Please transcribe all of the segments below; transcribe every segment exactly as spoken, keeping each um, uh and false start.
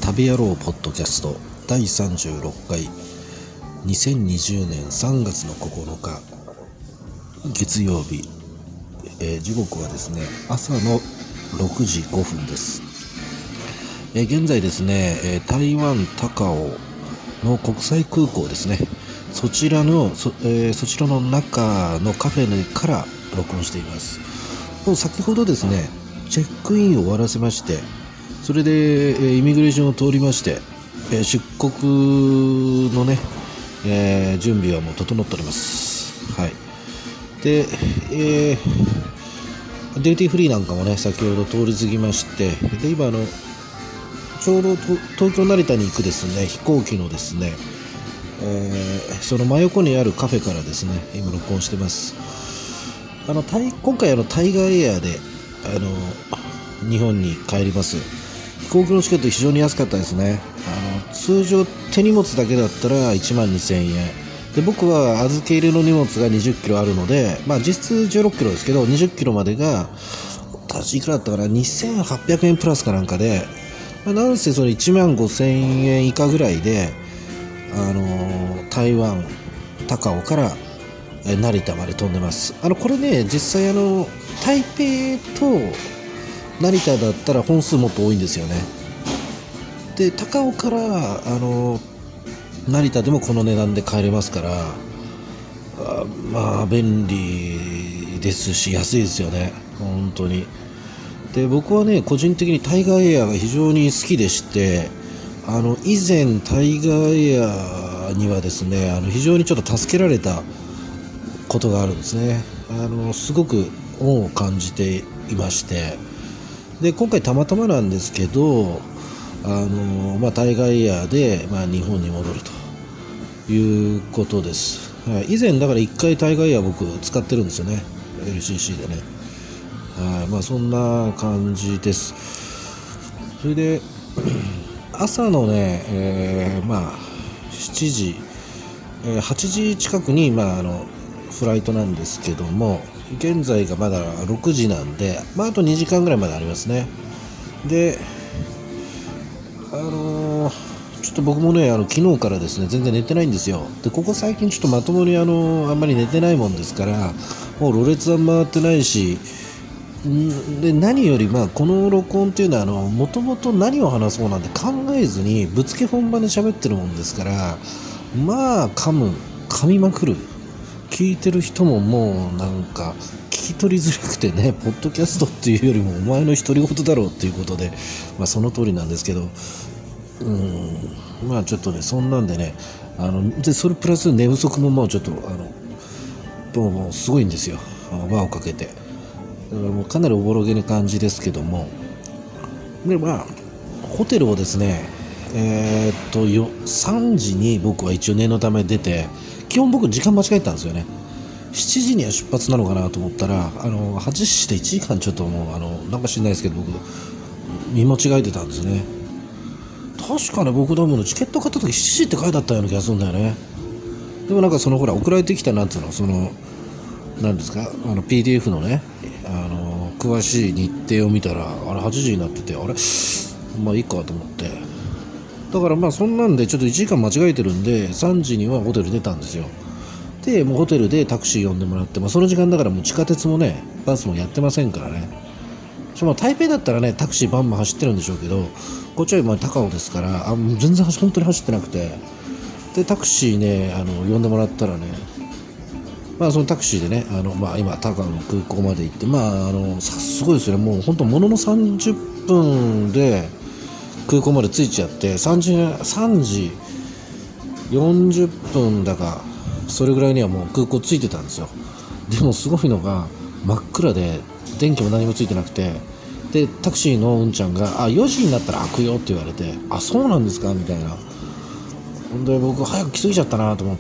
旅野郎ポッドキャストだいさんじゅうろっかい、にせんにじゅうねんさんがつのここのか月曜日、えー、時刻はですね朝のろくじごふんです。えー、現在ですね、えー、台湾高雄の国際空港ですね、そちらの そ,、えー、そちらの中のカフェから録音しています。もう先ほどですねチェックインを終わらせまして、それで、えー、イミグレーションを通りまして、えー、出国のね、えー、準備はもう整っております。はい。で、えー、デューティーフリーなんかもね先ほど通り過ぎまして、で今あのちょうど東京成田に行くですね飛行機のですね、えー、その真横にあるカフェからですね今録音してます。あの今回あのタイガーエアであの日本に帰ります。飛行機のチケット非常に安かったですね。あの通常手荷物だけだったらいちまんにせんえんで、僕は預け入れの荷物がにじゅっキロあるので、まあ実質じゅうろっキロですけどにじゅっキロまでが確かいくらだったかな、にせんはっぴゃくえんプラスかなんかで、まあ、なんせそのいちまんごせんえん以下ぐらいで、あのー、台湾高雄から成田まで飛んでます。あのこれね実際あの台北と成田だったら本数もっと多いんですよね。で高雄からあの成田でもこの値段で帰れますから、あまあ便利ですし安いですよね本当に。で僕はね個人的にタイガーエアが非常に好きでして、あの以前タイガーエアにはですねあの非常にちょっと助けられたことがあるんですね。あのすごく恩を感じていまして、で今回たまたまなんですけど、あのまあ、タイガーエアで、まあ、日本に戻るということです。はい、以前だからいっかいタイガーエア僕使ってるんですよね エルシーシー でね。はい、まあ、そんな感じです。それで朝のね、えー、まあしちじ、えー、はちじ近くに、まあ、あのフライトなんですけども、現在がまだろくじなんで、まあ、あとにじかんぐらいまでありますね。であのー、ちょっと僕もねあの昨日からですね全然寝てないんですよ。でここ最近ちょっとまともにあのあんまり寝てないもんですから、もうろれつは回ってないし、んで何よりまあこの録音っていうのはもともと何を話そうなんて考えずにぶつけ本番で喋ってるもんですから、まあ噛む噛みまくる。聞いてる人ももうなんか聞き取りづらくてね、ポッドキャストっていうよりもお前の独り言だろうっていうことで、まあその通りなんですけど、うーんまあちょっとねそんなんでね、あのでそれプラス寝不足ももうちょっとあのもうすごいんですよ、輪をかけて。だからもうかなりおぼろげな感じですけども、でまあホテルをですねえー、っとよさんじに僕は一応念のため出て、基本僕時間間違えたんですよね。しちじには出発なのかなと思ったら、あのはちじでいちじかんちょっともうあのなんか知んないですけど僕見間違えてたんですね。確かね僕多分チケット買った時しちじって書いてあったような気がするんだよね。でもなんかそのほら送られてきたなんつうのそのなんですかあの ピーディーエフ のねあの詳しい日程を見たらあれはちじになってて、あれまあいいかと思って、だからまあそんなんでちょっといちじかん間違えてるんでさんじにはホテル出たんですよ。でもうホテルでタクシー呼んでもらって、まあ、その時間だからもう地下鉄もねバスもやってませんからね。その台北だったらねタクシーバンバン走ってるんでしょうけど、こっちは今高尾ですからあ全然本当に走ってなくて、でタクシーねあの呼んでもらったらね、まあそのタクシーでねあの、まあ、今高尾の空港まで行って、まああのすごいですよね、もう本当もののさんじゅっぷんで空港まで着いちゃって、さんじよんじゅっぷんだかそれぐらいにはもう空港着いてたんですよ。でもすごいのが真っ暗で電気も何もついてなくて、でタクシーのうんちゃんがあよじになったら開くよって言われて、あそうなんですかみたいな。ほんで僕早く来すぎちゃったなと思って、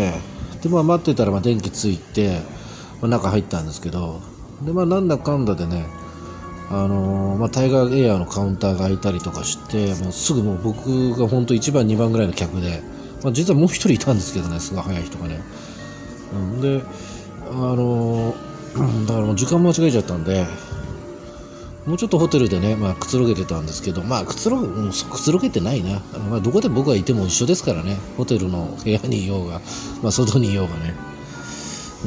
でまあ待ってたらまあ電気ついて、まあ、中入ったんですけど、でまあなんだかんだでねあのーまあ、タイガーエアのカウンターが開いたりとかして、もうすぐもう僕が本当いちばんにばんぐらいの客で、まあ、実はもう一人いたんですけどねすごい早い人がね、うん、であのー、だからもう時間間違えちゃったんで、 もうちょっとホテルでね、まあ、くつろげてたんですけど、まあくつろげ、うん、くつろげてないな、まあ、どこで僕がいても一緒ですからね、ホテルの部屋にいようが、まあ、外にいようがね、うん、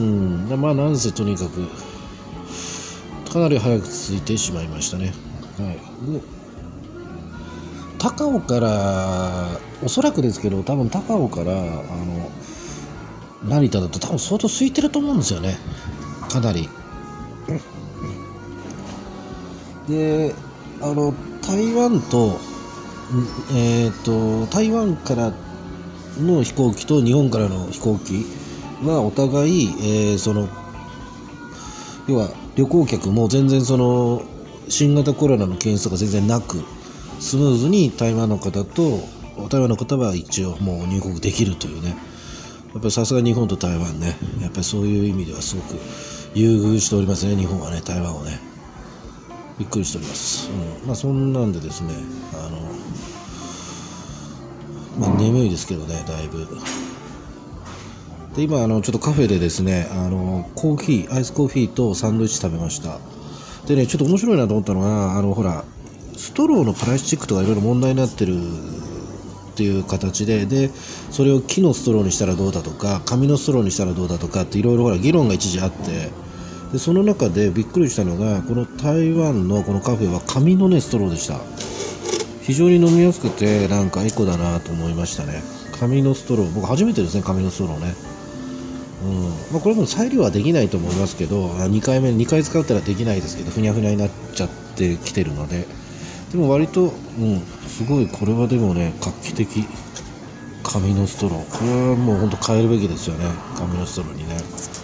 まあなんせとにかくかなり早く着いてしまいましたね。はい、で高尾からおそらくですけど、多分高尾からあの成田だと多分相当空いてると思うんですよね、かなり。であの台湾と、えー、と台湾からの飛行機と日本からの飛行機はお互い、えー、その要は旅行客も全然その新型コロナの検査が全然なくスムーズに台湾の方と台湾の方は一応もう入国できるというね、やっぱりさすが日本と台湾ね、やっぱりそういう意味ではすごく優遇しておりますね、日本はね、台湾をね。びっくりしております。うん、まあそんなんでですね、あの、まあ、眠いですけどね、だいぶ。で今あのちょっとカフェでですね、あのコーヒーアイスコーヒーとサンドイッチ食べました。でね、ちょっと面白いなと思ったのが、あのほらストローのプラスチックとかいろいろ問題になってるっていう形で、でそれを木のストローにしたらどうだとか紙のストローにしたらどうだとかっていろいろほら議論が一時あって、でその中でびっくりしたのが、この台湾のこのカフェは紙のねストローでした。非常に飲みやすくてなんかエコだなと思いましたね。紙のストロー、僕初めてですね、紙のストローね。うんまあ、これも再利用はできないと思いますけど、にかいめにかい使うったらできないですけど、ふにゃふにゃになっちゃってきてるので、でも割と、うん、すごいこれはでもね画期的。紙のストロー、これはもう本当変えるべきですよね、紙のストローにね。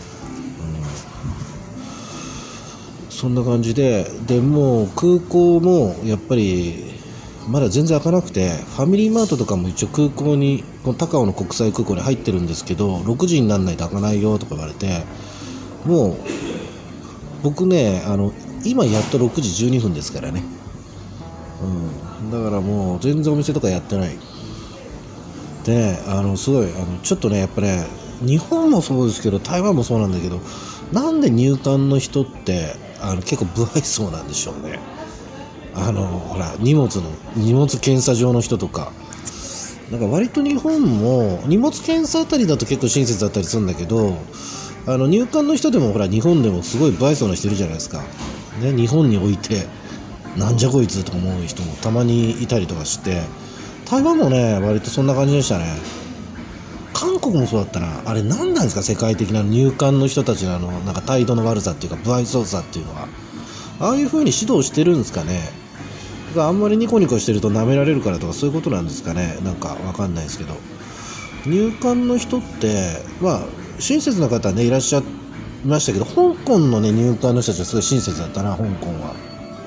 そんな感じで、でもう空港もやっぱりまだ全然開かなくて、ファミリーマートとかも一応空港に、この高尾の国際空港に入ってるんですけど、ろくじにならないと開かないよとか言われて、もう僕ね、あの今やっとろくじじゅうにふんですからね、うん、だからもう全然お店とかやってないでね、あのすごいあのちょっとね、やっぱね、日本もそうですけど台湾もそうなんだけど、なんで入管の人ってあの結構不愛想なんでしょうね。あのほら荷物の荷物検査場の人とか、なんか割と日本も荷物検査あたりだと結構親切だったりするんだけど、あの入管の人でもほら日本でもすごい不愛想な人いるじゃないですか、ね、日本においてなんじゃこいつと思う人もたまにいたりとかして、台湾もね割とそんな感じでしたね。韓国もそうだったな。あれ何なんですか、世界的な入管の人たちのあのなんか態度の悪さっていうか不愛想さっていうのは、ああいう風に指導してるんですかね。あんまりニコニコしてると舐められるからとかそういうことなんですかね。なんかわかんないですけど、入管の人ってまあ親切な方ねいらっしゃいましたけど、香港のね入管の人たちはすごい親切だったな、香港は。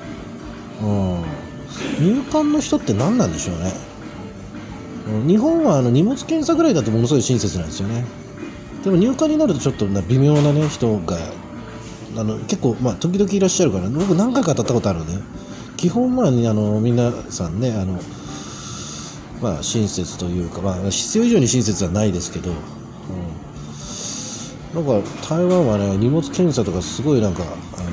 うん、入管の人って何なんでしょうね。日本はあの荷物検査ぐらいだとものすごい親切なんですよね。でも入管になるとちょっと微妙なね人があの結構まあ時々いらっしゃるから、僕何回か当たったことあるのね。基本まあ、ね、あの皆さんねあの、まあ、親切というか、まあ、必要以上に親切はないですけど、うん、なんか台湾はね荷物検査とかすごいなんかあの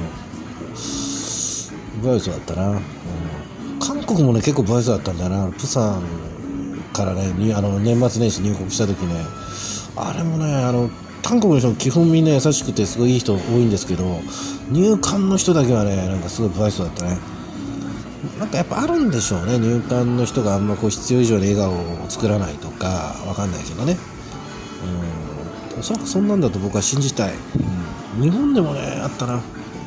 不愛想だったな、うん、韓国もね結構不愛想だったんだな。プサンからねにあの年末年始入国した時ね、あれもねあの韓国の人も基本みんな優しくてすごいいい人多いんですけど、入管の人だけはねなんかすごい不愛想だったね。なんかやっぱあるんでしょうね、入管の人があんまこう必要以上に笑顔を作らないとかわかんないけどね、うん、おそらくそんなんだと僕は信じたい、うん、日本でもねあったな。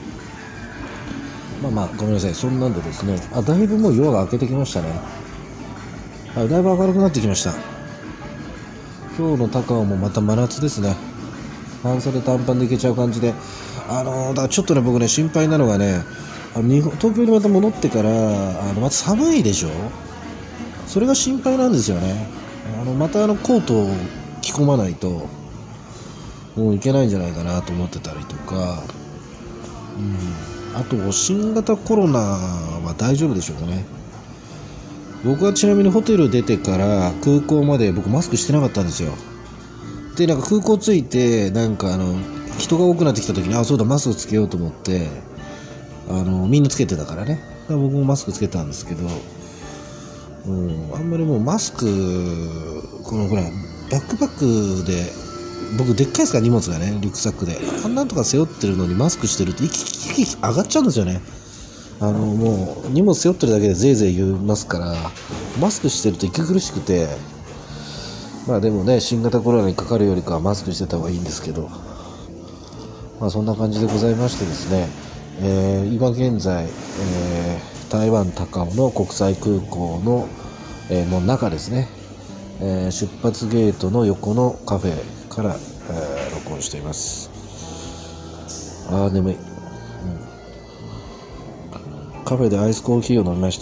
まあまあごめんなさい、そんなんでですね、あだいぶもう夜が明けてきましたね。はい、だいぶ明るくなってきました。今日の高尾もまた真夏ですね。半袖短パンでいけちゃう感じで、あのー、だからちょっとね僕ね心配なのがね、あの日本東京にまた戻ってからあのまた寒いでしょ。それが心配なんですよね。あのまたあのコートを着込まないともういけないんじゃないかなと思ってたりとか、うん、あと新型コロナは大丈夫でしょうかね。僕はちなみにホテル出てから空港まで僕マスクしてなかったんですよ。でなんか空港着いてなんかあの人が多くなってきた時に、あそうだマスクつけようと思ってあのみんなつけてたからね。だから僕もマスクつけたんですけど、うん、あんまりもうマスクこのほらバックパックで僕でっかいですから荷物がねリュックサックであんなんとか背負ってるのにマスクしてると息息息上がっちゃうんですよね。あのもう荷物背負ってるだけでぜいぜい言いますからマスクしてると息苦しくて、まあでもね新型コロナにかかるよりかはマスクしてた方がいいんですけど、まあそんな感じでございましてですね、えー、今現在、えー、台湾高雄の国際空港の、えー、の中ですね、えー、出発ゲートの横のカフェから、えー、録音しています。あー眠い、うん、カフェでアイスコーヒーを飲みました。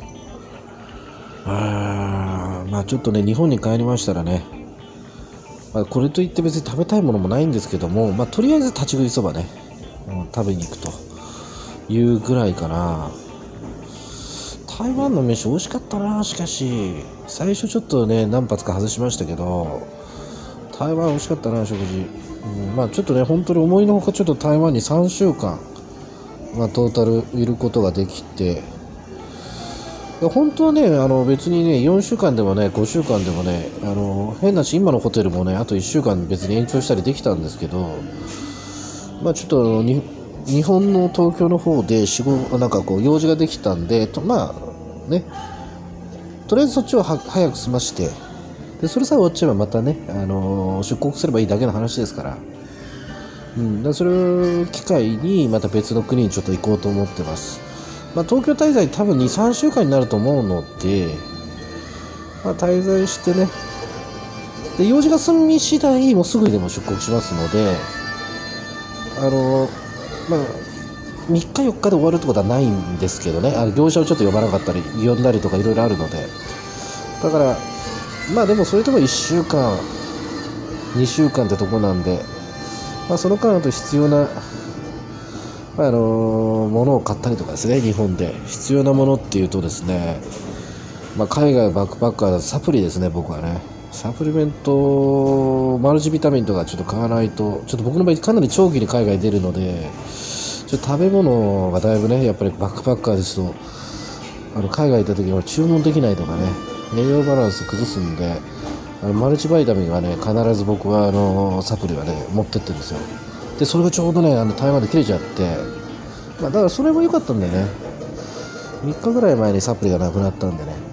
あーまあちょっとね日本に帰りましたらね、まあ、これといって別に食べたいものもないんですけども、まあ、とりあえず立ち食いそばね、うん、食べに行くというぐらいかな。台湾の飯美味しかったな。しかし最初ちょっとね何発か外しましたけど台湾美味しかったな食事、うん、まあちょっとね本当に思いのほかちょっと台湾にさんしゅうかん、まあ、トータルいることができて、本当はねあの別にねよんしゅうかんでもねごしゅうかんでもねあの変なし今のホテルもねあといっしゅうかん別に延長したりできたんですけど、まあちょっとに日本の東京の方で仕事なんかこう用事ができたんでとまあねとりあえずそっちをは早く済ましてでそれさえ終わっちゃえばまたね、あのー、出国すればいいだけの話ですから、うん、だそれを機会にまた別の国にちょっと行こうと思ってます。まあ、東京滞在多分 にさんしゅうかんになると思うので、まあ、滞在してねで用事が済み次第もうすぐにでも出国しますので、あのまあみっかよっかで終わるってことはないんですけどね、あの業者をちょっと呼ばなかったり呼んだりとかいろいろあるので、だからまあでもそれでもいっしゅうかんにしゅうかんってとこなんで、まあ、その間だと必要なあのー、物を買ったりとかですね、日本で必要なものっていうとですね、まあ、海外バックパッカーだとサプリですね。僕はねサプリメントマルチビタミンとかちょっと買わないと、ちょっと僕の場合かなり長期に海外出るのでちょっと食べ物がだいぶねやっぱりバックパッカーですとあの海外行った時に注文できないとかね栄養バランス崩すんで、あのマルチバイタミンはね必ず僕はあのサプリはね持ってってるんですよ。でそれがちょうどねあの台湾で切れちゃって、まあ、だからそれも良かったんだよね。みっかぐらい前にサプリがなくなったんでね。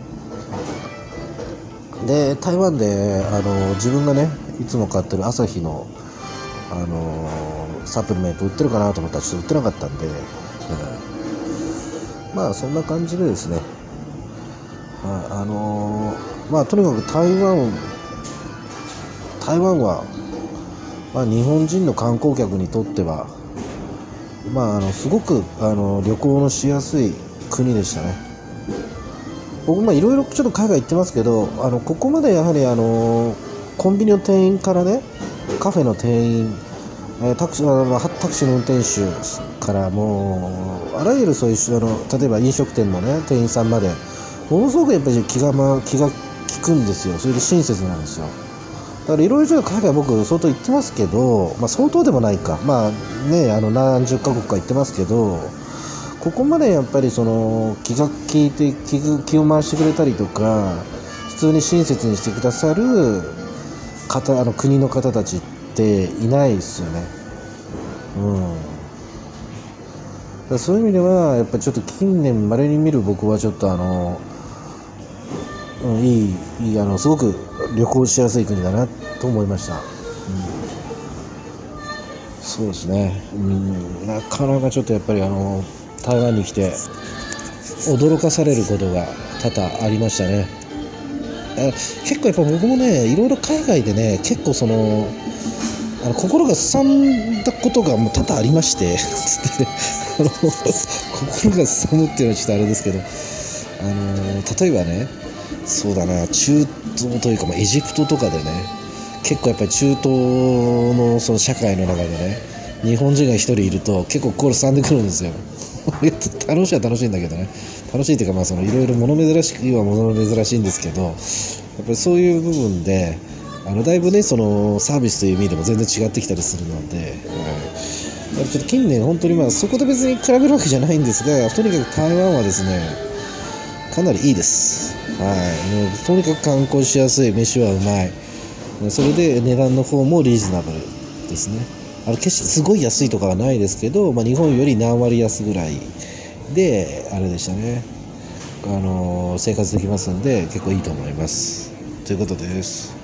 で台湾であの自分がねいつも買ってるアサヒの、あのー、サプリメント売ってるかなと思ったらちょっと売ってなかったんで、うん、まあそんな感じでですね、はい、あのー、まあとにかく台湾台湾はまあ、日本人の観光客にとっては、まあ、あのすごくあの旅行のしやすい国でしたね。僕いろいろちょっと海外行ってますけど、あのここまでやはりあのコンビニの店員からねカフェの店員、タクシー、タクシーの運転手からもうあらゆるそういうあの例えば飲食店のね店員さんまでものすごくやっぱり気が、ま、気が利くんですよ。それで親切なんですよ。だからいろいろ海外僕相当行ってますけど、まあ、相当でもないか、まあね、あの何十カ国か行ってますけど、ここまでやっぱりその気が利いて 気, 気を回してくれたりとか普通に親切にしてくださる方、あの国の方たちっていないですよね。うん、だからそういう意味ではやっぱりちょっと近年稀に見る僕はちょっとあの、うん、いい、いいあのすごく旅行しやすい国だなと思いました。うん、そうですね、うん、なかなかちょっとやっぱりあの台湾に来て驚かされることが多々ありましたね。あ結構やっぱ僕もねいろいろ海外でね結構そのあの心がすさんだことがもう多々ありましてつって、ね、あの心がすさむっていうのはちょっとあれですけど、あの例えばねそうだな中東というか、まあ、エジプトとかでね結構やっぱり中東のその社会の中でね日本人が一人いると結構心すさんでくるんですよ楽しいは楽しいんだけどね、楽しいというかまあそのいろいろ物珍しくは物珍しいんですけど、やっぱりそういう部分であのだいぶねそのサービスという意味でも全然違ってきたりするので、はい、 ちょっと近年本当にまあそこと別に比べるわけじゃないんですが、とにかく台湾はですねかなりいいです。はい、もうとにかく観光しやすい、飯はうまい、それで値段の方もリーズナブルですね。あの決してすごい安いとかはないですけど、まあ、日本より何割安ぐらいであれでしたね。あのー、生活できますんで結構いいと思いますということです。